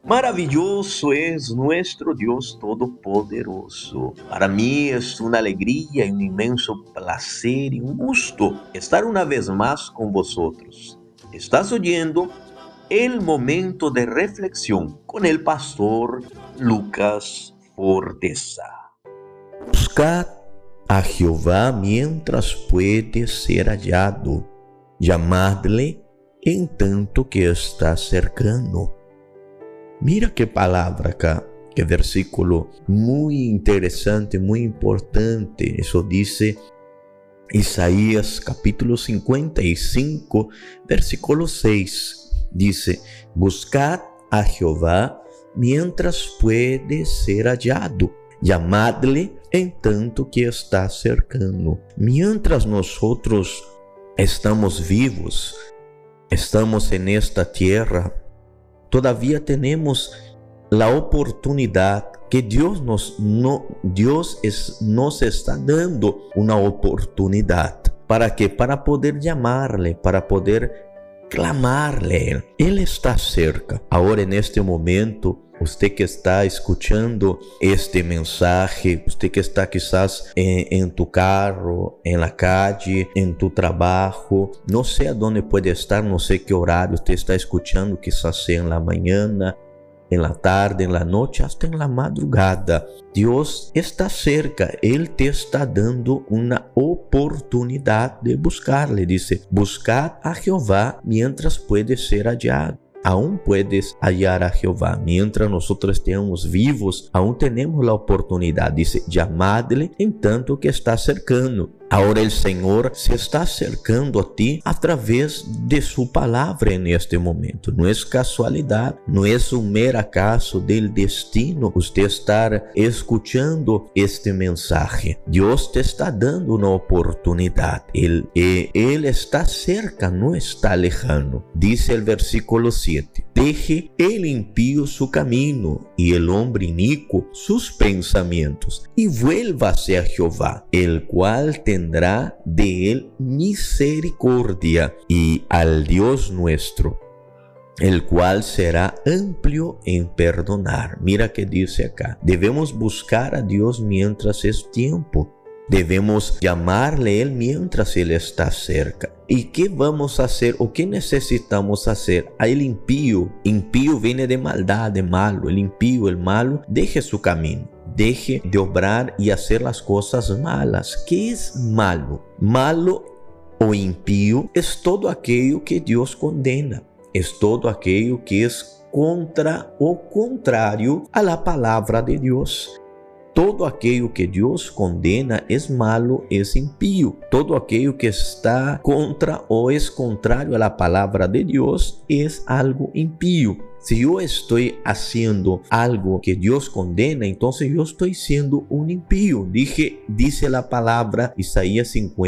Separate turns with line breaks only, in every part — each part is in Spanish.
Maravilloso es nuestro Dios Todopoderoso. Para mí es una alegría y un inmenso placer y un gusto estar una vez más con vosotros. Estás oyendo el momento de reflexión con el pastor Lucas Forteza. Buscad a Jehová mientras puede ser hallado. Llamadle en tanto que está cercano. Mira qué palabra acá, qué versículo muy interesante, muy importante. Eso dice Isaías capítulo 55, versículo 6. Dice, buscad a Jehová mientras puede ser hallado. Llamadle en tanto que está cercano. Mientras nosotros estamos vivos, estamos en esta tierra, todavía tenemos la oportunidad que Dios nos está dando una oportunidad. ¿Para qué? Para poder llamarle, para poder clamarle. Él está cerca. Ahora en este momento, usted que está escuchando este mensaje, usted que está quizás en tu carro, en la calle, en tu trabajo, no sé a dónde puede estar, no sé qué horario usted está escuchando, quizás sea en la mañana, en la tarde, en la noche, hasta en la madrugada. Dios está cerca, Él te está dando una oportunidad de buscarle. Dice, buscad a Jehová mientras puede ser hallado. Aún puedes hallar a Jehová. Mientras nosotros estemos vivos, aún tenemos la oportunidad. Dice, llamadle en tanto que está cercano. Ahora el Señor se está acercando a ti a través de su palabra en este momento. No es casualidad, no es un mero acaso del destino usted estar escuchando este mensaje. Dios te está dando una oportunidad. Él está cerca, no está lejano. Dice el versículo 7. Deje el impío su camino y el hombre inicuo sus pensamientos y vuélvase a Jehová, el cual tendrá de él misericordia, y al Dios nuestro, el cual será amplio en perdonar. Mira que dice acá, debemos buscar a Dios mientras es tiempo. Debemos llamarle a Él mientras Él está cerca. ¿Y qué vamos a hacer o qué necesitamos hacer? El impío viene de maldad, de malo. El impío, el malo, deje su camino. Deje de obrar y hacer las cosas malas. ¿Qué es malo? Malo o impío es todo aquello que Dios condena. Es todo aquello que es contra o contrario a la palabra de Dios. Todo aquello que Dios condena es malo, es impío. Todo aquello que está contra o es contrario a la palabra de Dios es algo impío. Si yo estoy haciendo algo que Dios condena, entonces yo estoy siendo un impío. Dice la palabra, Isaías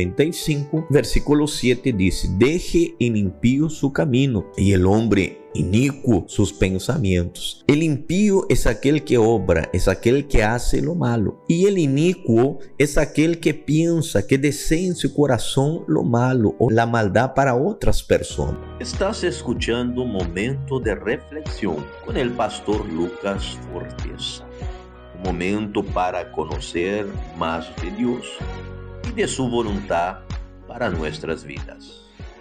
55, versículo 7 dice, deje el impío su camino y el hombre inicuo sus pensamientos. El impío es aquel que obra, es aquel que hace lo malo. Y el inicuo es aquel que piensa, que desea en su corazón lo malo o la maldad para otras personas. Estás escuchando un momento de reflexión con el pastor Lucas Forteza. Un momento para conocer más de Dios y de su voluntad para nuestras vidas.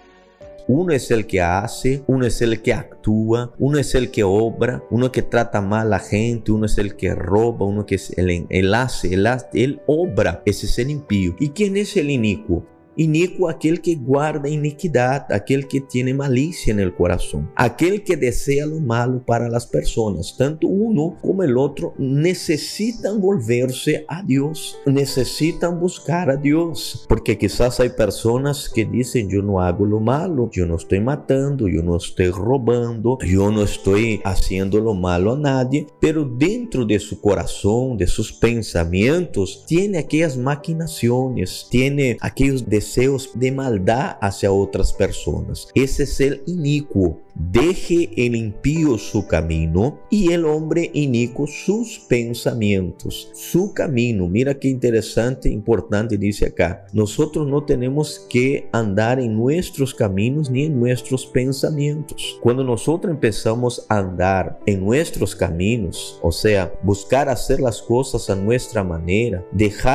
Uno es el que hace, uno es el que actúa, uno es el que obra, uno que trata mal a la gente, uno es el que roba, uno que es él obra. Ese es el impío. ¿Y quién es el inicuo? Inicuo, aquel que guarda iniquidad, aquel que tiene malicia en el corazón, aquel que desea lo malo para las personas. Tanto uno como el otro necesitan volverse a Dios, necesitan buscar a Dios, porque quizás hay personas que dicen, yo no hago lo malo, yo no estoy matando, yo no estoy robando, yo no estoy haciendo lo malo a nadie, pero dentro de su corazón, de sus pensamientos, tiene aquellas maquinaciones, tiene aquellos deseos de maldad hacia otras personas. Ese es el inicuo. deje el impío su camino y el hombre inicuo sus pensamientos. Su camino, mira qué interesante, importante dice acá. Nosotros no tenemos que andar en nuestros caminos ni en nuestros pensamientos. Cuando nosotros empezamos a andar en nuestros caminos, o sea, buscar hacer las cosas a nuestra manera,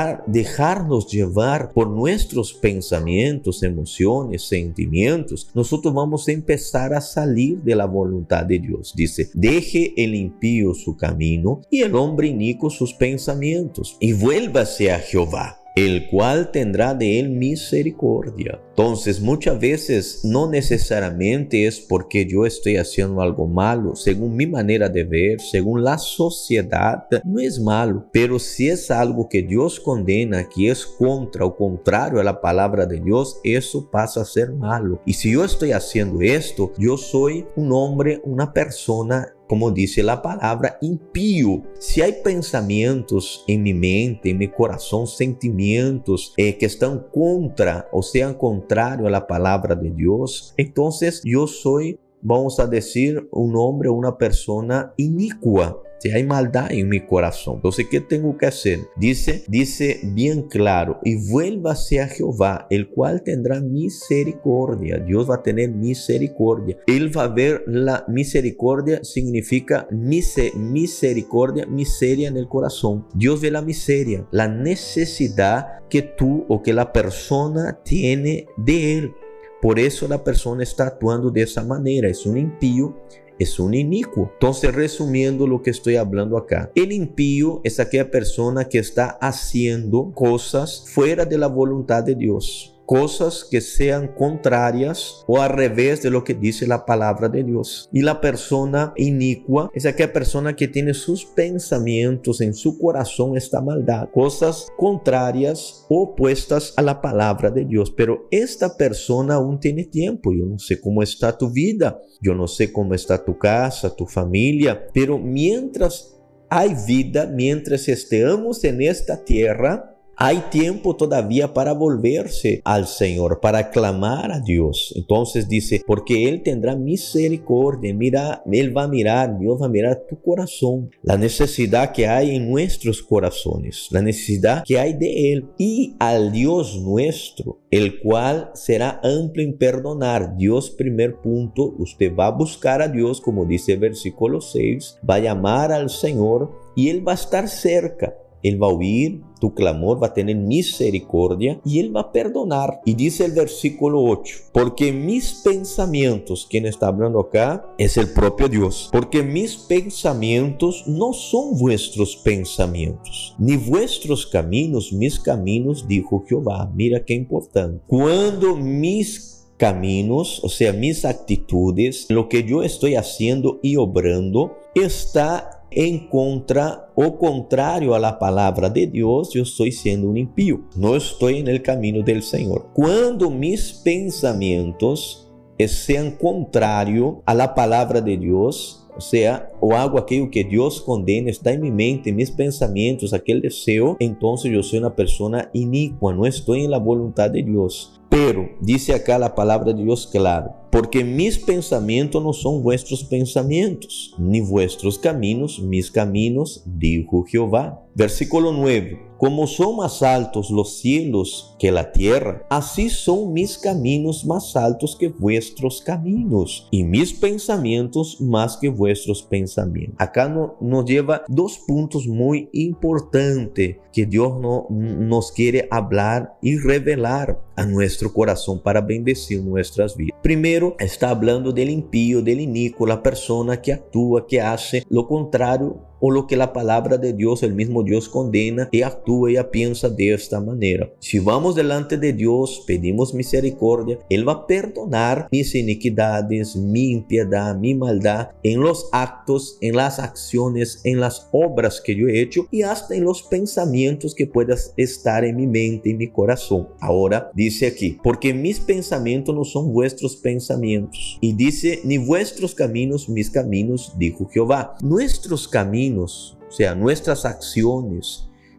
dejarnos llevar por nuestros pensamientos, emociones, sentimientos, nosotros vamos a empezar a salir de la voluntad de Dios. Dice, deje el impío su camino y el hombre inicuo sus pensamientos y vuélvase a Jehová, el cual tendrá de él misericordia. Entonces, muchas veces no necesariamente es porque yo estoy haciendo algo malo, según mi manera de ver, según la sociedad, no es malo, pero si es algo que Dios condena, que es contra o contrario a la palabra de Dios, eso pasa a ser malo. Y si yo estoy haciendo esto, yo soy un hombre, una persona, como dice la palabra, impío. Si hay pensamientos en mi mente, en mi corazón, sentimientos que están contra o sean contrarios a la palabra de Dios, entonces yo soy, vamos a decir, un hombre o una persona inicua. Si hay maldad en mi corazón, entonces, ¿qué tengo que hacer? Dice bien claro, y vuélvase a Jehová, el cual tendrá misericordia. Dios va a tener misericordia. Él va a ver la misericordia, significa misericordia, miseria en el corazón. Dios ve la miseria, la necesidad que tú o que la persona tiene de Él. Por eso la persona está actuando de esa manera. Es un impío, es un inicuo. Entonces, resumiendo lo que estoy hablando acá, el impío es aquella persona que está haciendo cosas fuera de la voluntad de Dios, cosas que sean contrarias o al revés de lo que dice la palabra de Dios. Y la persona inicua es aquella persona que tiene sus pensamientos en su corazón esta maldad, cosas contrarias, opuestas a la palabra de Dios. Pero esta persona aún tiene tiempo. Yo no sé cómo está tu vida, yo no sé cómo está tu casa, tu familia, pero mientras hay vida, mientras estemos en esta tierra, hay tiempo todavía para volverse al Señor, para clamar a Dios. Entonces dice, porque Él tendrá misericordia. Mira, Él va a mirar, Dios va a mirar tu corazón, la necesidad que hay en nuestros corazones, la necesidad que hay de Él. Y al Dios nuestro, el cual será amplio en perdonar. Dios, primer punto, usted va a buscar a Dios, como dice el versículo 6, va a llamar al Señor y Él va a estar cerca. Él va a oír tu clamor, va a tener misericordia y Él va a perdonar. Y dice el versículo 8, porque mis pensamientos, quien está hablando acá es el propio Dios, porque mis pensamientos no son vuestros pensamientos, ni vuestros caminos, mis caminos, dijo Jehová. Mira qué importante. Cuando mis caminos, o sea, mis actitudes, lo que yo estoy haciendo y obrando, está en contra o contrario a la palabra de Dios, yo estoy siendo un impío, no estoy en el camino del Señor. Cuando mis pensamientos sean contrarios a la palabra de Dios, o sea, o hago aquello que Dios condena, está en mi mente, mis pensamientos, aquel deseo, entonces yo soy una persona inicua, no estoy en la voluntad de Dios. Pero dice acá la palabra de Dios claro, porque mis pensamientos no son vuestros pensamientos, ni vuestros caminos, mis caminos, dijo Jehová. Versículo 9, como son más altos los cielos que la tierra, así son mis caminos más altos que vuestros caminos, y mis pensamientos más que vuestros pensamientos. Acá nos lleva dos puntos muy importantes que Dios nos quiere hablar y revelar a nuestro corazón para bendecir nuestras vidas. Primero, está hablando del impío, del inicuo, la persona que actúa, que hace lo contrario o lo que la palabra de Dios, el mismo Dios condena, y actúa y piensa de esta manera. Si vamos delante de Dios, pedimos misericordia, Él va a perdonar mis iniquidades, mi impiedad, mi maldad, en los actos, en las acciones, en las obras que yo he hecho y hasta en los pensamientos que puedan estar en mi mente y mi corazón. Ahora dice aquí, porque mis pensamientos no son vuestros pensamientos. Y dice, ni vuestros caminos, mis caminos, dijo Jehová. Nuestros caminos, o sea, nuestras acciones,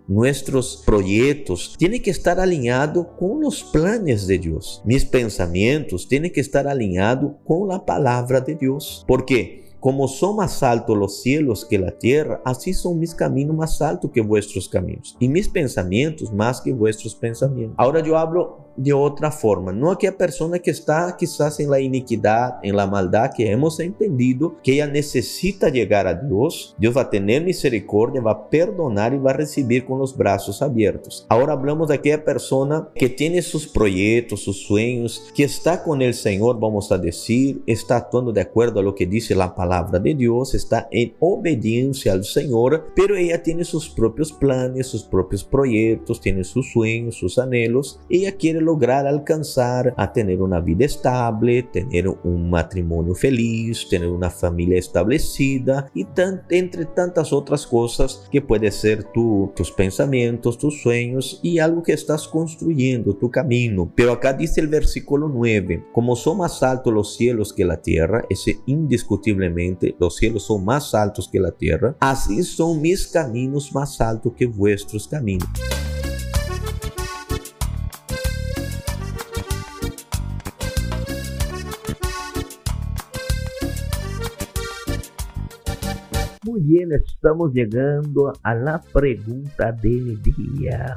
nuestros proyectos tienen que estar alineados con los planes de Dios. Mis pensamientos tienen que estar alineados con la palabra de Dios. ¿Por qué? Como son más altos los cielos que la tierra, así son mis caminos más altos que vuestros caminos, y mis pensamientos más que vuestros pensamientos. Ahora yo hablo de otra forma, no aquella persona que está quizás en la iniquidad, en la maldad, que hemos entendido que ella necesita llegar a Dios. Dios va a tener misericordia, va a perdonar y va a recibir con los brazos abiertos. Ahora hablamos de aquella persona que tiene sus proyectos, sus sueños, que está con el Señor, vamos a decir, está actuando de acuerdo a lo que dice la palabra de Dios, está en obediencia al Señor, pero ella tiene sus propios planes, sus propios proyectos, tiene sus sueños, sus anhelos. Ella quiere lograr alcanzar a tener una vida estable, tener un matrimonio feliz, tener una familia establecida y entre tantas otras cosas que puede ser tus pensamientos, tus sueños y algo que estás construyendo, tu camino. Pero acá dice el versículo 9, como son más altos los cielos que la tierra, ese indiscutiblemente los cielos son más altos que la tierra, así son mis caminos más altos que vuestros caminos. Muy bien, estamos llegando a la pregunta del día.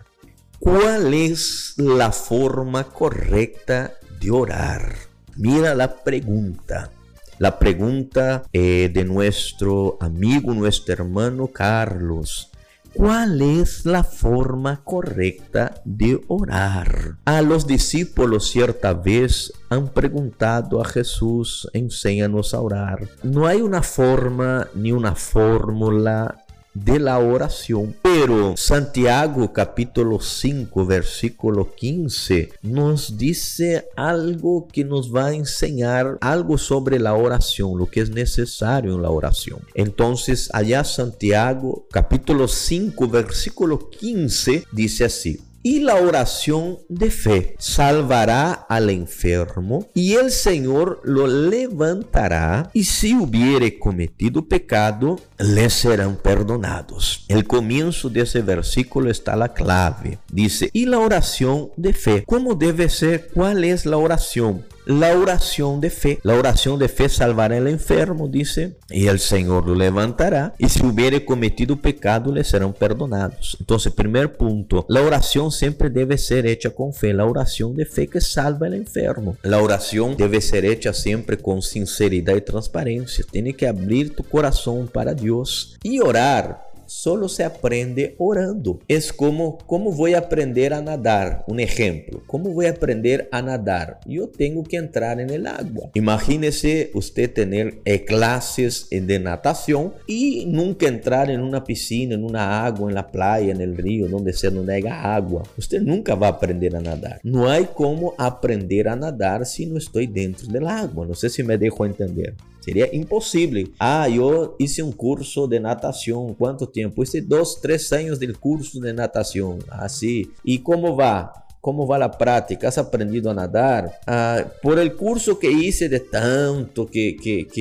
¿Cuál es la forma correcta de orar? Mira la pregunta. La pregunta de nuestro amigo, nuestro hermano Carlos. ¿Cuál es la forma correcta de orar? A los discípulos cierta vez han preguntado a Jesús, enséñanos a orar. No hay una forma ni una fórmula de la oración, pero Santiago capítulo 5 versículo 15 nos dice algo que nos va a enseñar algo sobre la oración, lo que es necesario en la oración. Entonces allá Santiago capítulo 5 versículo 15 dice así: y la oración de fe salvará al enfermo, y el Señor lo levantará, y si hubiere cometido pecado, le serán perdonados. El comienzo de ese versículo está la clave. Dice, y la oración de fe. ¿Cómo debe ser? ¿Cuál es la oración? La oración de fe. La oración de fe salvará al enfermo, dice, y el Señor lo levantará, y si hubiere cometido pecado, le serán perdonados. Entonces, primer punto, la oración siempre debe ser hecha con fe. La oración de fe que salva al enfermo. La oración debe ser hecha siempre con sinceridad y transparencia. Tiene que abrir tu corazón para Dios. Y orar solo se aprende orando. Es como voy a aprender a nadar. Un ejemplo, ¿cómo voy a aprender a nadar? Yo tengo que entrar en el agua. Imagínese usted tener clases de natación y nunca entrar en una piscina, en una agua, en la playa, en el río, donde sea, donde haya agua. Usted nunca va a aprender a nadar. No hay cómo aprender a nadar si no estoy dentro del agua. No sé si me dejo entender. Sería imposible. Yo hice un curso de natación. ¿Cuánto tiempo? Hice 2-3 años del curso de natación. Así. ¿Y cómo va? ¿Cómo va la práctica? ¿Has aprendido a nadar? Por el curso que hice de tanto que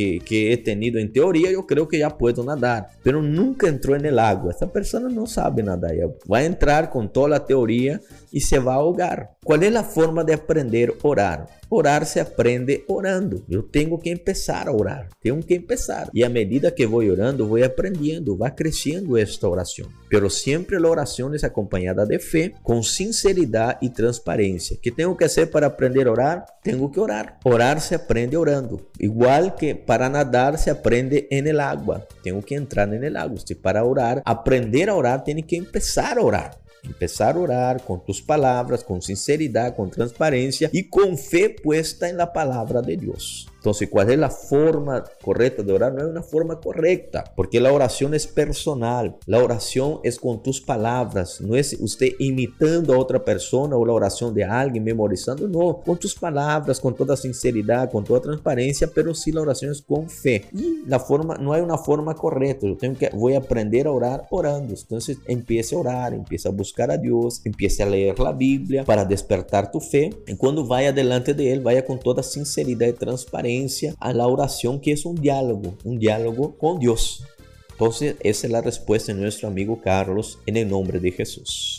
he tenido en teoría, yo creo que ya puedo nadar. Pero nunca entró en el agua. Esta persona no sabe nadar. Ya va a entrar con toda la teoría y se va a ahogar. ¿Cuál es la forma de aprender a orar? Orar se aprende orando. Yo tengo que empezar a orar. Tengo que empezar. Y a medida que voy orando, voy aprendiendo, va creciendo esta oración. Pero siempre la oración es acompañada de fe, con sinceridad y transparencia. ¿Qué tengo que hacer para aprender a orar? Tengo que orar. Orar se aprende orando. Igual que para nadar se aprende en el agua. Tengo que entrar en el agua. Para orar, aprender a orar, tiene que empezar a orar. Empezar a orar con tus palabras, con sinceridad, con transparencia y con fe puesta en la palabra de Dios. Entonces, ¿cuál es la forma correcta de orar? No hay una forma correcta, porque la oración es personal. La oración es con tus palabras. No es usted imitando a otra persona o la oración de alguien, memorizando. No, con tus palabras, con toda sinceridad, con toda transparencia, pero sí la oración es con fe. Y la forma, no hay una forma correcta. Voy a aprender a orar orando. Entonces, empiece a orar, empiece a buscar a Dios, empiece a leer la Biblia para despertar tu fe. Y cuando vaya delante de Él, vaya con toda sinceridad y transparencia a la oración, que es un diálogo con Dios. Entonces, esa es la respuesta de nuestro amigo Carlos en el nombre de Jesús.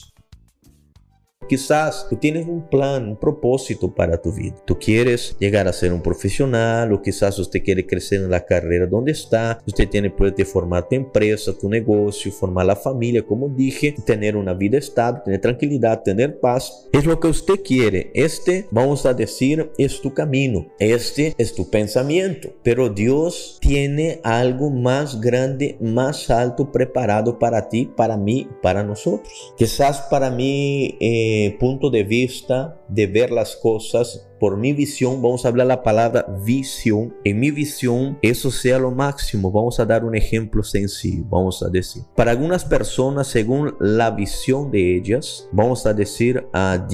Quizás tú tienes un plan, un propósito para tu vida. Tú quieres llegar a ser un profesional, o quizás usted quiere crecer en la carrera donde está. Usted puede formar tu empresa, tu negocio, formar la familia, como dije, tener una vida estable, tener tranquilidad, tener paz. Es lo que usted quiere. Vamos a decir, es tu camino. Este es tu pensamiento. Pero Dios tiene algo más grande, más alto preparado para ti, para mí, para nosotros. Quizás para mí, punto de vista de ver las cosas, por mi visión, vamos a hablar la palabra visión. En mi visión, eso sea lo máximo. Vamos a dar un ejemplo sencillo. Vamos a decir, para algunas personas, según la visión de ellas, vamos a decir a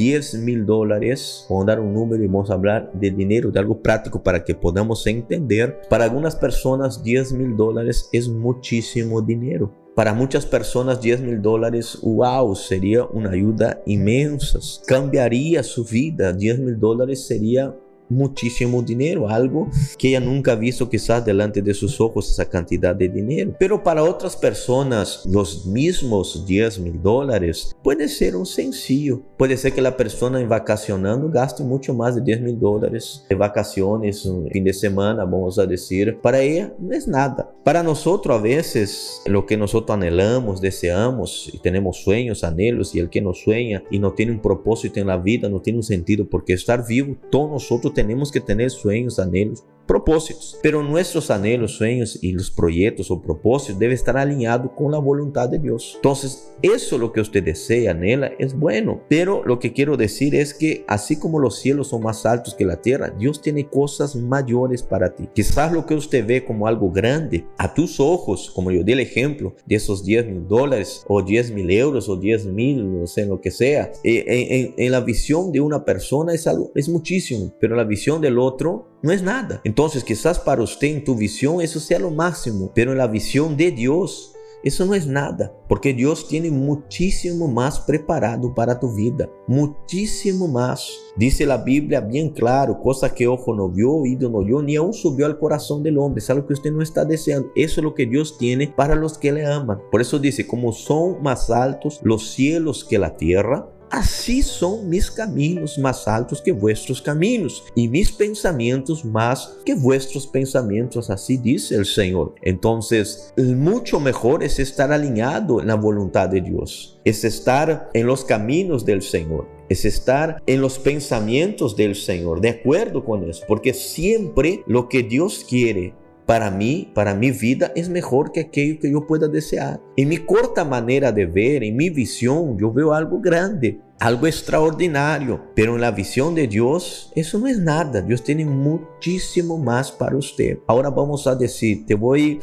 $10,000. Vamos a dar un número y vamos a hablar de dinero, de algo práctico para que podamos entender. Para algunas personas, $10,000 es muchísimo dinero. Para muchas personas, $10,000, wow, sería una ayuda inmensa. Cambiaría su vida. $10,000 sería muchísimo dinero, algo que ella nunca ha visto quizás delante de sus ojos, esa cantidad de dinero. Pero para otras personas, los mismos $10,000 puede ser un sencillo. Puede ser que la persona vacacionando gaste mucho más de $10,000 de vacaciones, un fin de semana, vamos a decir. Para ella no es nada. Para nosotros, a veces, lo que nosotros anhelamos, deseamos y tenemos sueños, anhelos, y el que no sueña y no tiene un propósito en la vida, no tiene un sentido, porque estar vivo, todos nosotros tenemos que tener sueños, anhelos, propósitos. Pero nuestros anhelos, sueños y los proyectos o propósitos deben estar alineados con la voluntad de Dios. Entonces, eso lo que usted desea, anhela, es bueno. Pero lo que quiero decir es que así como los cielos son más altos que la tierra, Dios tiene cosas mayores para ti. Quizás lo que usted ve como algo grande, a tus ojos, como yo di el ejemplo de esos $10,000 o €10,000 o 10,000, no sé, lo que sea, en la visión de una persona es muchísimo, pero la visión del otro no es nada. Entonces, quizás para usted en tu visión eso sea lo máximo, pero en la visión de Dios eso no es nada, porque Dios tiene muchísimo más preparado para tu vida, muchísimo más. Dice la Biblia bien claro, cosa que ojo no vio, oído no oyó, ni aún subió al corazón del hombre. Es algo que usted no está deseando. Eso es lo que Dios tiene para los que le aman. Por eso dice, como son más altos los cielos que la tierra, así son mis caminos más altos que vuestros caminos, y mis pensamientos más que vuestros pensamientos, así dice el Señor. Entonces, mucho mejor es estar alineado en la voluntad de Dios, es estar en los caminos del Señor, es estar en los pensamientos del Señor, de acuerdo con eso, porque siempre lo que Dios quiere para mí, para mi vida, es mejor que aquello que yo pueda desear. En mi corta manera de ver, en mi visión, yo veo algo grande, algo extraordinario, pero en la visión de Dios, eso no es nada. Dios tiene muchísimo más para usted. Ahora vamos a decir, te voy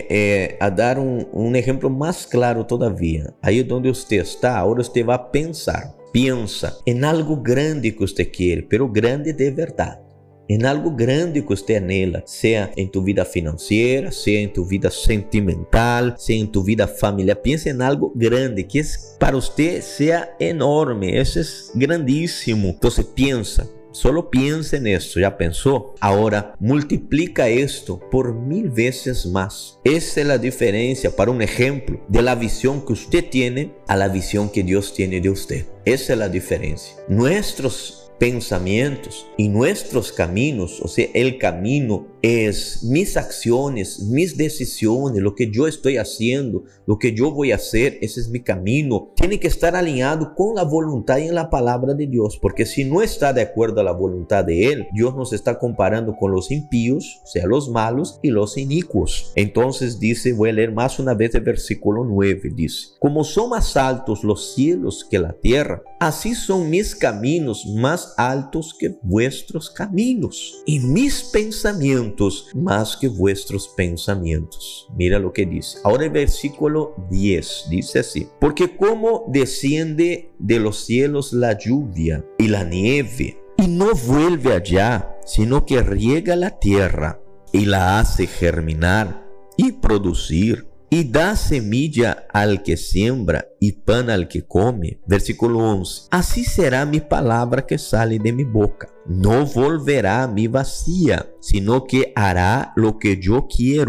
a dar un ejemplo más claro todavía. Ahí donde usted está, ahora usted va a pensar. Piensa en algo grande que usted quiere, pero grande de verdad. En algo grande que usted anhela, sea en tu vida financiera, sea en tu vida sentimental, sea en tu vida familiar. Piensa en algo grande que es para usted sea enorme, eso es grandísimo. Entonces piensa, solo piensa en esto. ¿Ya pensó? Ahora multiplica esto por 1000 veces más. Esa es la diferencia, para un ejemplo, de la visión que usted tiene a la visión que Dios tiene de usted. Esa es la diferencia. Nuestros pensamientos y nuestros caminos, o sea, el camino es mis acciones, mis decisiones, lo que yo estoy haciendo, lo que yo voy a hacer, ese es mi camino. Tiene que estar alineado con la voluntad y en la palabra de Dios, porque si no está de acuerdo a la voluntad de Él, Dios nos está comparando con los impíos, o sea, los malos y los inicuos. Entonces dice, voy a leer más una vez el versículo 9, dice, como son más altos los cielos que la tierra, así son mis caminos más altos que vuestros caminos, y mis pensamientos más que vuestros pensamientos. Mira lo que dice. Ahora el versículo 10 dice así, porque como desciende de los cielos la lluvia y la nieve, y no vuelve allá, sino que riega la tierra y la hace germinar y producir, y da semilla al que siembra y pan al que come. Versículo 11. Así será mi palabra que sale de mi boca. No volverá a mí vacía, sino que hará lo que yo quiero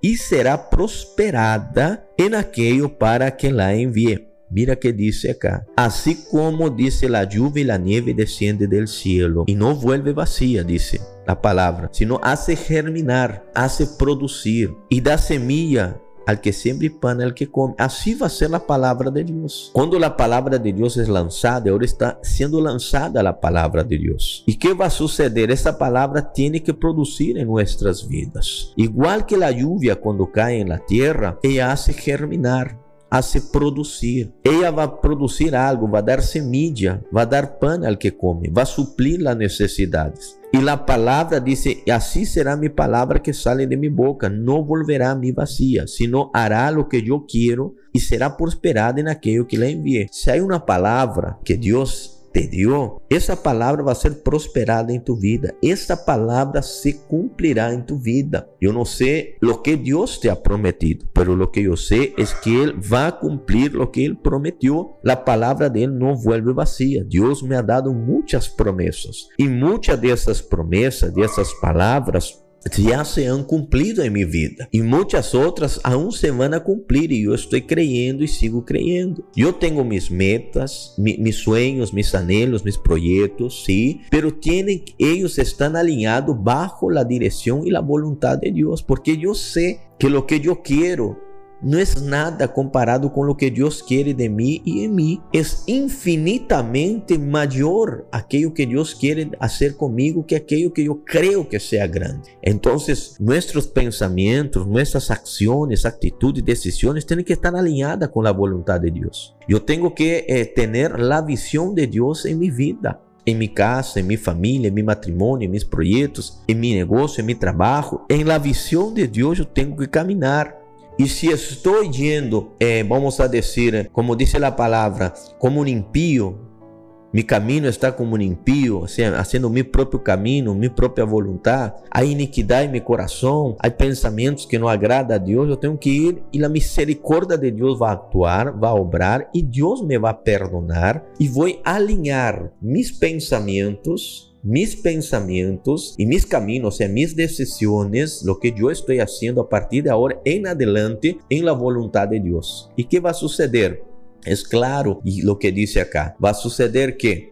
y será prosperada en aquello para que la envíe. Mira que dice acá, así como dice la lluvia y la nieve desciende del cielo y no vuelve vacía, dice la palabra, sino hace germinar, hace producir y da semilla al que siembra y pan al que come. Así va a ser la palabra de Dios. Cuando la palabra de Dios es lanzada, ahora está siendo lanzada la palabra de Dios. ¿Y qué va a suceder? Esa palabra tiene que producir en nuestras vidas. Igual que la lluvia cuando cae en la tierra, ella hace germinar, hace producir. Ella va a producir algo, va a dar semilla, va a dar pan al que come, va a suplir las necesidades. Y la palabra dice, así será mi palabra que sale de mi boca, no volverá a mí vacía, sino hará lo que yo quiero y será prosperada en aquello que la envié. Si hay una palabra que Dios te dio, esa palabra va a ser prosperada en tu vida. Esa palabra se cumplirá en tu vida. Yo no sé lo que Dios te ha prometido, pero lo que yo sé es que Él va a cumplir lo que Él prometió. La palabra de Él no vuelve vacía. Dios me ha dado muchas promesas y muchas de esas promesas, de esas palabras, ya se han cumplido en mi vida y muchas otras aún se van a cumplir y yo estoy creyendo y sigo creyendo. Yo tengo mis metas, mis sueños, mis anhelos, mis proyectos, sí, pero ellos están alineados bajo la dirección y la voluntad de Dios, porque yo sé que lo que yo quiero no es nada comparado con lo que Dios quiere de mí y en mí. Es infinitamente mayor aquello que Dios quiere hacer conmigo que aquello que yo creo que sea grande. Entonces, nuestros pensamientos, nuestras acciones, actitudes y decisiones tienen que estar alineadas con la voluntad de Dios. Yo tengo que tener la visión de Dios en mi vida, en mi casa, en mi familia, en mi matrimonio, en mis proyectos, en mi negocio, en mi trabajo. En la visión de Dios yo tengo que caminar. Y si estoy yendo, vamos a decir, como dice la palabra, como un impío, mi camino está como un impío, o sea, haciendo mi propio camino, mi propia voluntad, hay iniquidad en mi corazón, hay pensamientos que no agradan a Dios, yo tengo que ir y la misericordia de Dios va a actuar, va a obrar y Dios me va a perdonar y voy a alinear mis pensamientos y mis caminos, o sea, mis decisiones, lo que yo estoy haciendo a partir de ahora en adelante en la voluntad de Dios. ¿Y qué va a suceder? Es claro, y lo que dice acá, va a suceder que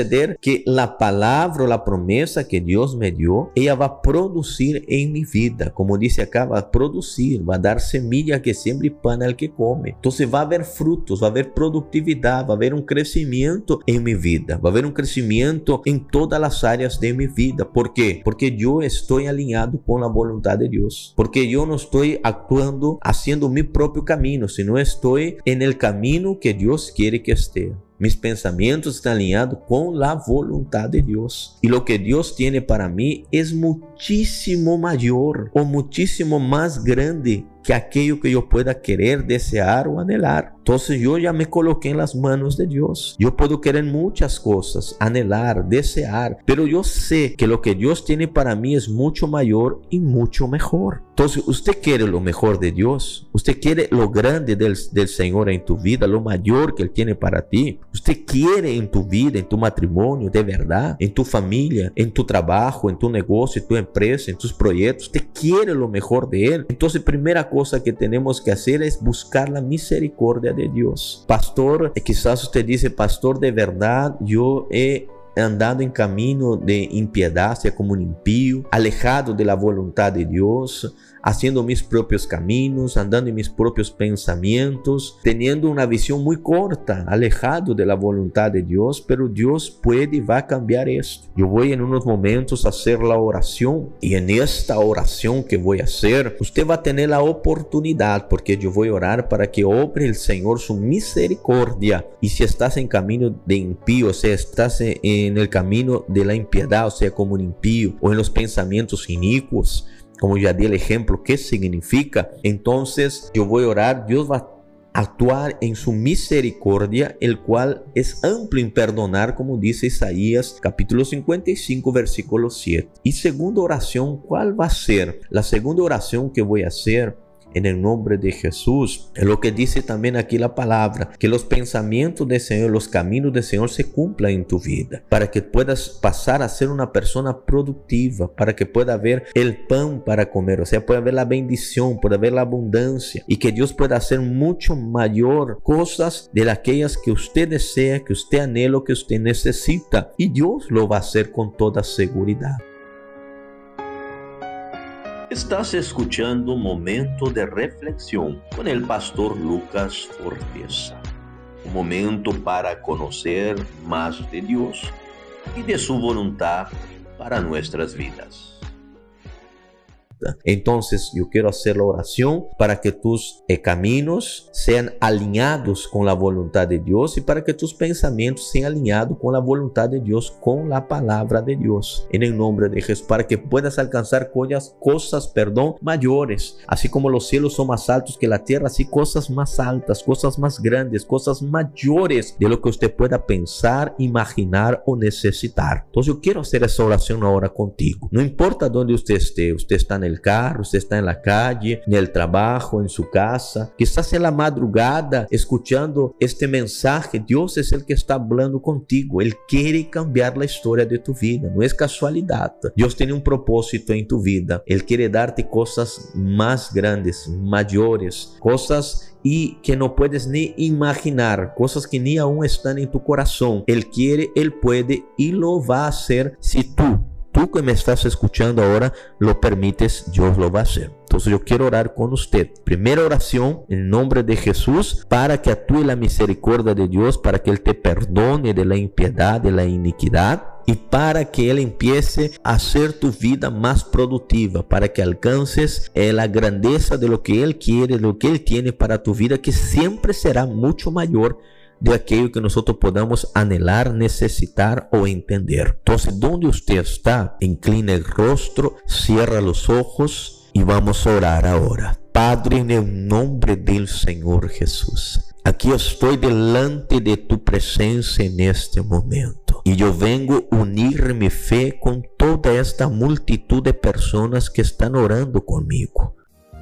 la palabra o la promesa que Dios me dio, ella va a producir en mi vida, como dice acá, va a producir, va a dar semilla que siembra y pan al que come. Entonces va a haber frutos, va a haber productividad, va a haber un crecimiento en mi vida, va a haber un crecimiento en todas las áreas de mi vida. ¿Por qué? Porque yo estoy alineado con la voluntad de Dios, porque yo no estoy actuando, haciendo mi propio camino, sino estoy en el camino que Dios quiere que esté. Mis pensamientos están alineados con la voluntad de Dios. Y lo que Dios tiene para mí es muchísimo mayor o muchísimo más grande que aquello que yo pueda querer, desear o anhelar. Entonces yo ya me coloqué en las manos de Dios. Yo puedo querer muchas cosas, anhelar, desear, pero yo sé que lo que Dios tiene para mí es mucho mayor y mucho mejor. Entonces usted quiere lo mejor de Dios, usted quiere lo grande del Señor en tu vida, lo mayor que Él tiene para ti. Usted quiere en tu vida, en tu matrimonio, de verdad, en tu familia, en tu trabajo, en tu negocio, en tu empresa, en tus proyectos. Usted quiere lo mejor de Él. Entonces primera cosa que tenemos que hacer es buscar la misericordia de Dios. Pastor, quizás usted dice, pastor, de verdad yo he andado en camino de impiedad, sea como un impío, alejado de la voluntad de Dios, haciendo mis propios caminos, andando en mis propios pensamientos, teniendo una visión muy corta, alejado de la voluntad de Dios, pero Dios puede y va a cambiar esto. Yo voy en unos momentos a hacer la oración y en esta oración que voy a hacer, usted va a tener la oportunidad, porque yo voy a orar para que obre el Señor su misericordia. Y si estás en camino de impío, o sea, estás en el camino de la impiedad, o sea, como un impío, o en los pensamientos inicuos, como ya di el ejemplo, ¿qué significa? Entonces yo voy a orar, Dios va a actuar en su misericordia, el cual es amplio en perdonar, como dice Isaías capítulo 55 versículo 7. Y segunda oración, ¿cuál va a ser? La segunda oración que voy a hacer en el nombre de Jesús. Es lo que dice también aquí la palabra, que los pensamientos del Señor, los caminos del Señor se cumplan en tu vida, para que puedas pasar a ser una persona productiva, para que pueda ver el pan para comer, o sea, pueda ver la bendición, pueda ver la abundancia, y que Dios pueda hacer mucho mayor cosas de aquellas que usted desea, que usted anhela, que usted necesita, y Dios lo va a hacer con toda seguridad. Estás escuchando un momento de reflexión con el pastor Lucas Forteza. Un momento para conocer más de Dios y de su voluntad para nuestras vidas. Entonces yo quiero hacer la oración para que tus caminos sean alineados con la voluntad de Dios y para que tus pensamientos sean alineados con la voluntad de Dios, con la palabra de Dios, en el nombre de Jesús, para que puedas alcanzar cosas mayores, así como los cielos son más altos que la tierra, así cosas más altas, cosas más grandes, cosas mayores de lo que usted pueda pensar, imaginar o necesitar. Entonces yo quiero hacer esa oración ahora contigo. No importa dónde usted está en el carro, usted está en la calle, en el trabajo, en su casa, quizás en la madrugada escuchando este mensaje. Dios es el que está hablando contigo. Él quiere cambiar la historia de tu vida, no es casualidad. Dios tiene un propósito en tu vida. Él quiere darte cosas más grandes, mayores, cosas y que no puedes ni imaginar, cosas que ni aún están en tu corazón. Él quiere, Él puede y lo va a hacer si tú que me estás escuchando ahora lo permites. Dios lo va a hacer. Entonces yo quiero orar con usted. Primera oración en nombre de Jesús, para que actúe la misericordia de Dios, para que Él te perdone de la impiedad, de la iniquidad, y para que Él empiece a hacer tu vida más productiva, para que alcances la grandeza de lo que Él quiere, de lo que Él tiene para tu vida, que siempre será mucho mayor de aquello que nosotros podamos anhelar, necesitar o entender. Entonces, donde usted está, inclina el rostro, cierra los ojos y vamos a orar ahora. Padre, en el nombre del Señor Jesús, aquí estoy delante de tu presencia en este momento. Y yo vengo a unir mi fe con toda esta multitud de personas que están orando conmigo.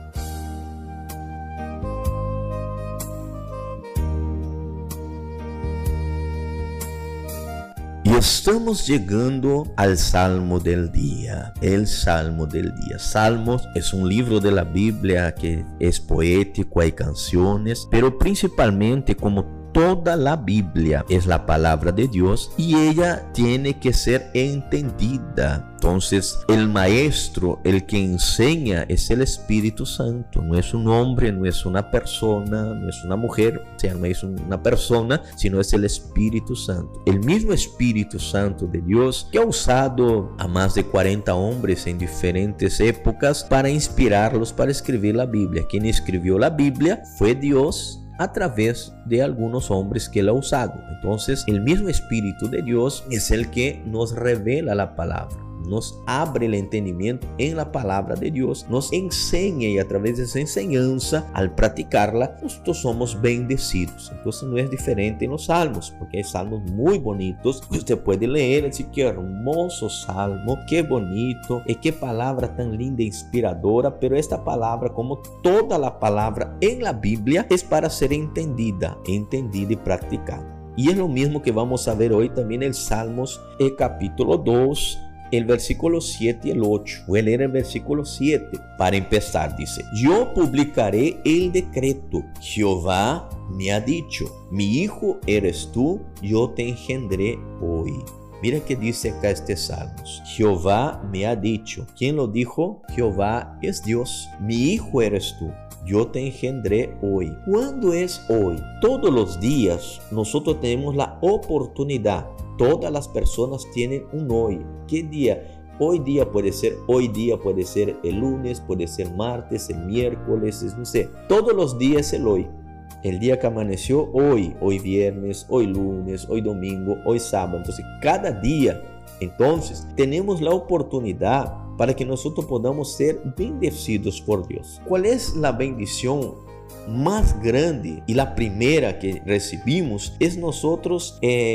Y estamos llegando al Salmo del día, el Salmo del día. Salmos es un libro de la Biblia que es poético, hay canciones, pero principalmente, como toda la Biblia es la palabra de Dios y ella tiene que ser entendida. Entonces el maestro, el que enseña, es el Espíritu Santo. No es un hombre, no es una persona, no es una mujer, o sea, no es una persona, sino es el Espíritu Santo. El mismo Espíritu Santo de Dios que ha usado a más de 40 hombres en diferentes épocas para inspirarlos para escribir la Biblia. Quien escribió la Biblia fue Dios a través de algunos hombres que lo han usado. Entonces el mismo Espíritu de Dios es el que nos revela la palabra, nos abre el entendimiento en la palabra de Dios, nos enseña, y a través de esa enseñanza, al practicarla, nosotros somos bendecidos. Entonces no es diferente en los salmos, porque hay salmos muy bonitos que usted puede leer y decir: qué hermoso salmo, qué bonito, y qué palabra tan linda e inspiradora. Pero esta palabra, como toda la palabra en la Biblia, es para ser entendida y practicada. Y es lo mismo que vamos a ver hoy también en Salmos, el capítulo 2, el versículo 7 y el 8. Voy a leer el versículo 7 para empezar. Dice: yo publicaré el decreto. Jehová me ha dicho: mi hijo eres tú, yo te engendré hoy. Mira que dice acá este Salmos: Jehová me ha dicho. ¿Quién lo dijo? Jehová es Dios. Mi hijo eres tú, yo te engendré hoy. ¿Cuándo es hoy? Todos los días nosotros tenemos la oportunidad. Todas las personas tienen un hoy. ¿Qué día? Hoy día puede ser el lunes, puede ser martes, el miércoles, no sé. Todos los días es el hoy. El día que amaneció, hoy viernes, hoy lunes, hoy domingo, hoy sábado. Entonces, cada día, entonces, tenemos la oportunidad para que nosotros podamos ser bendecidos por Dios. ¿Cuál es la bendición más grande y la primera que recibimos es nosotros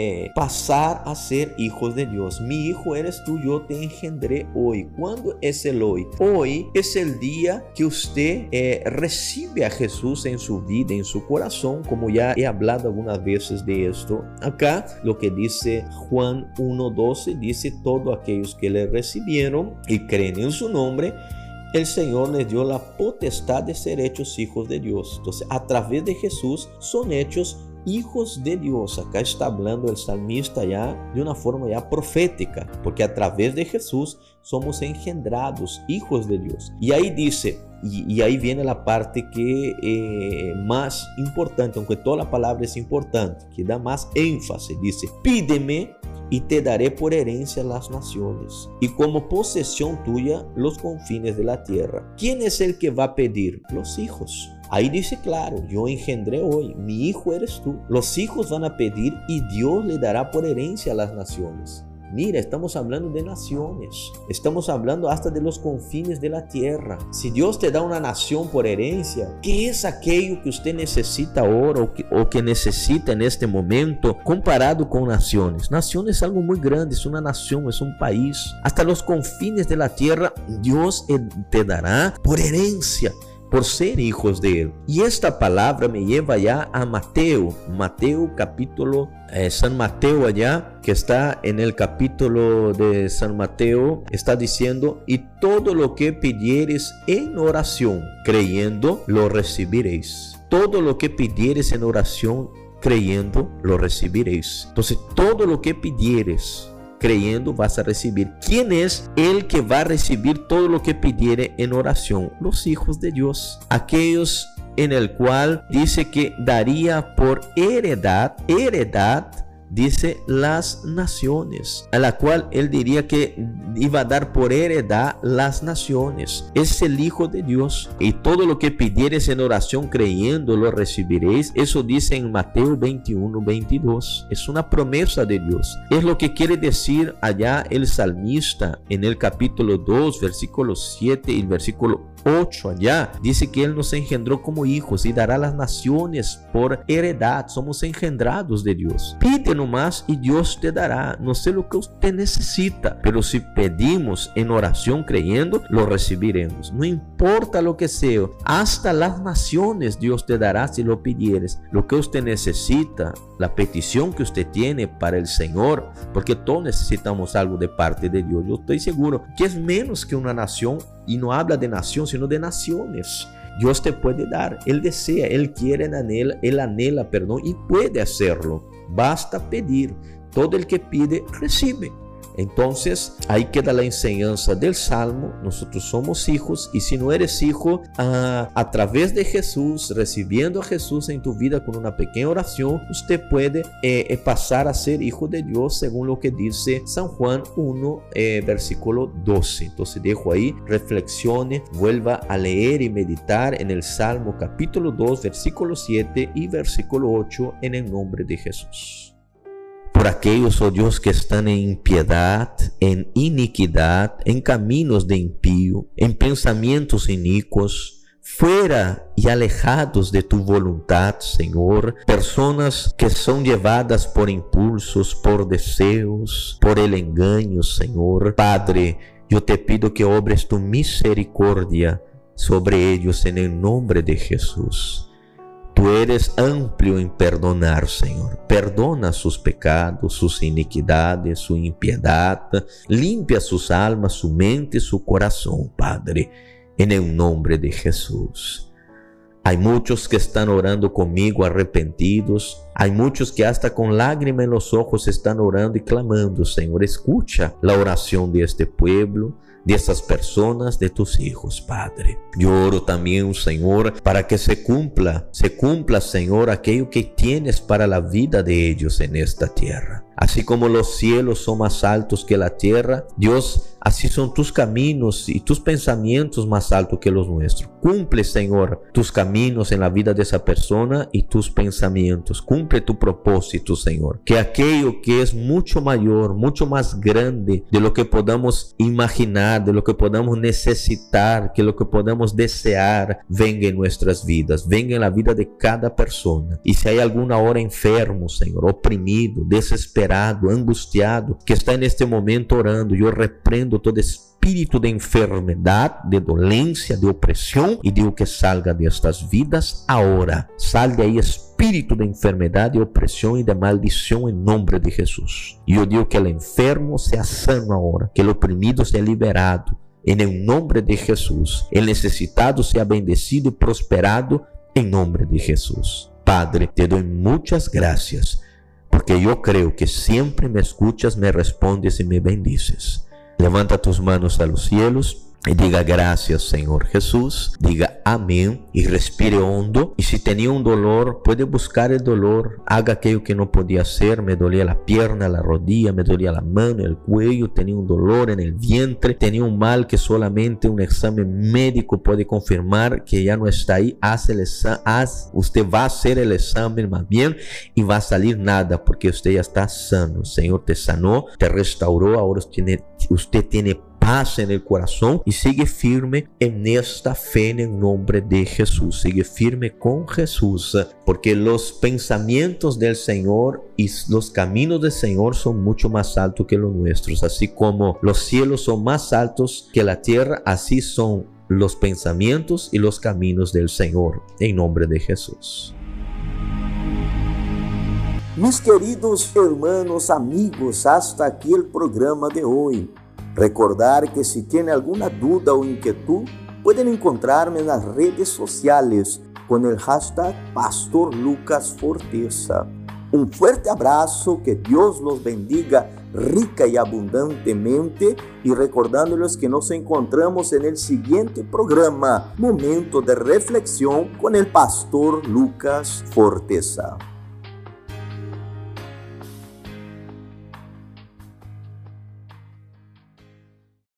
pasar a ser hijos de Dios. Mi hijo eres tú, yo te engendré hoy. ¿Cuándo es el hoy? Hoy es el día que usted recibe a Jesús en su vida, en su corazón, como ya he hablado algunas veces de esto. Acá lo que dice Juan 1:12 dice: todos aquellos que le recibieron y creen en su nombre, el Señor les dio la potestad de ser hechos hijos de Dios. Entonces, a través de Jesús son hechos hijos de Dios. Acá está hablando el salmista ya de una forma ya profética, porque a través de Jesús somos engendrados hijos de Dios. Y ahí dice, y ahí viene la parte que más importante, aunque toda la palabra es importante, que da más énfasis. Dice: pídeme y te daré por herencia las naciones, y como posesión tuya los confines de la tierra. ¿Quién es el que va a pedir? Los hijos. Ahí dice claro: yo engendré hoy, mi hijo eres tú. Los hijos van a pedir y Dios le dará por herencia a las naciones. Mira, estamos hablando de naciones, estamos hablando hasta de los confines de la tierra. Si Dios te da una nación por herencia, ¿qué es aquello que usted necesita ahora o que necesita en este momento comparado con naciones? Naciones es algo muy grande, es una nación, es un país. Hasta los confines de la tierra Dios te dará por herencia, por ser hijos de Él. Y esta palabra me lleva ya a Mateo capítulo, San Mateo allá, que está en el capítulo de San Mateo, está diciendo: y todo lo que pidieres en oración, creyendo, lo recibiréis. Todo lo que pidieres en oración, creyendo, lo recibiréis. Entonces, todo lo que pidieres creyendo, vas a recibir. ¿Quién es el que va a recibir todo lo que pidiere en oración? Los hijos de Dios, aquellos en el cual dice que daría por heredad, dice las naciones, a la cual él diría que iba a dar por heredad las naciones. Es el Hijo de Dios. Y todo lo que pidieres en oración creyendo, lo recibiréis. Eso dice en Mateo 21:22. Es una promesa de Dios. Es lo que quiere decir allá el salmista en el capítulo 2, versículo 7 y el versículo 8 allá. Dice que Él nos engendró como hijos y dará las naciones por heredad. Somos engendrados de Dios. Pide nomás y Dios te dará. No sé lo que usted necesita, pero si pedimos en oración creyendo, lo recibiremos. No importa lo que sea, hasta las naciones Dios te dará si lo pidieres. Lo que usted necesita, la petición que usted tiene para el Señor, porque todos necesitamos algo de parte de Dios. Yo estoy seguro que es menos que una nación, y no habla de nación, sino de naciones. Dios te puede dar, Él desea, Él quiere, Él anhela, perdón, y puede hacerlo. Basta pedir. Todo el que pide, recibe. Entonces, ahí queda la enseñanza del Salmo. Nosotros somos hijos, y si no eres hijo, a través de Jesús, recibiendo a Jesús en tu vida con una pequeña oración, usted puede pasar a ser hijo de Dios, según lo que dice San Juan 1, versículo 12. Entonces dejo ahí, reflexione, vuelva a leer y meditar en el Salmo capítulo 2, versículo 7 y versículo 8, en el nombre de Jesús. Por aquellos, oh Dios, que están en impiedad, en iniquidad, en caminos de impío, en pensamientos inicuos, fuera y alejados de tu voluntad, Señor. Personas que son llevadas por impulsos, por deseos, por el engaño, Señor. Padre, yo te pido que obres tu misericordia sobre ellos en el nombre de Jesús. Tú eres amplio en perdonar, Señor. Perdona sus pecados, sus iniquidades, su impiedad. Limpia sus almas, su mente, su corazón, Padre, en el nombre de Jesús. Hay muchos que están orando conmigo arrepentidos. Hay muchos que hasta con lágrimas en los ojos están orando y clamando. Señor, escucha la oración de este pueblo, de estas personas, de tus hijos, Padre. Yo oro también, Señor, para que se cumpla, Señor, aquello que tienes para la vida de ellos en esta tierra. Así como los cielos son más altos que la tierra, Dios, así son tus caminos y tus pensamientos más altos que los nuestros. Cumple, Señor, tus caminos en la vida de esa persona y tus pensamientos. Cumple tu propósito, Señor. Que aquello que es mucho mayor, mucho más grande de lo que podamos imaginar, de lo que podamos necesitar, que lo que podamos desear, venga en nuestras vidas, venga en la vida de cada persona. Y si hay alguna hora enfermo, Señor, oprimido, desesperado, angustiado, que está en este momento orando, yo reprendo todo espíritu de enfermedad, de dolencia, de opresión, y digo que salga de estas vidas ahora. Sal de ahí espíritu de enfermedad, de opresión y de maldición en nombre de Jesús. Y yo digo que el enfermo sea sano ahora, que el oprimido sea liberado en el nombre de Jesús. El necesitado sea bendecido y prosperado en nombre de Jesús. Padre, te doy muchas gracias, porque yo creo que siempre me escuchas, me respondes y me bendices. Levanta tus manos a los cielos y diga gracias, Señor Jesús. Diga amén y respire hondo. Y si tenía un dolor, puede buscar el dolor. Haga aquello que no podía hacer. Me dolía la pierna, la rodilla, me dolía la mano, el cuello. Tenía un dolor en el vientre. Tenía un mal que solamente un examen médico puede confirmar que ya no está ahí. Usted va a hacer el examen más bien y va a salir nada, porque usted ya está sano. El Señor te sanó, te restauró. Ahora usted tiene paz en el corazón y sigue firme en esta fe en el nombre de Jesús. Sigue firme con Jesús, porque los pensamientos del Señor y los caminos del Señor son mucho más altos que los nuestros. Así como los cielos son más altos que la tierra, así son los pensamientos y los caminos del Señor, en nombre de Jesús.
Mis queridos hermanos, amigos, hasta aquí el programa de hoy. Recordar que si tiene alguna duda o inquietud, pueden encontrarme en las redes sociales con el hashtag Pastor Lucas Forteza. Un fuerte abrazo, que Dios los bendiga rica y abundantemente, y recordándoles que nos encontramos en el siguiente programa, Momento de Reflexión con el Pastor Lucas Forteza.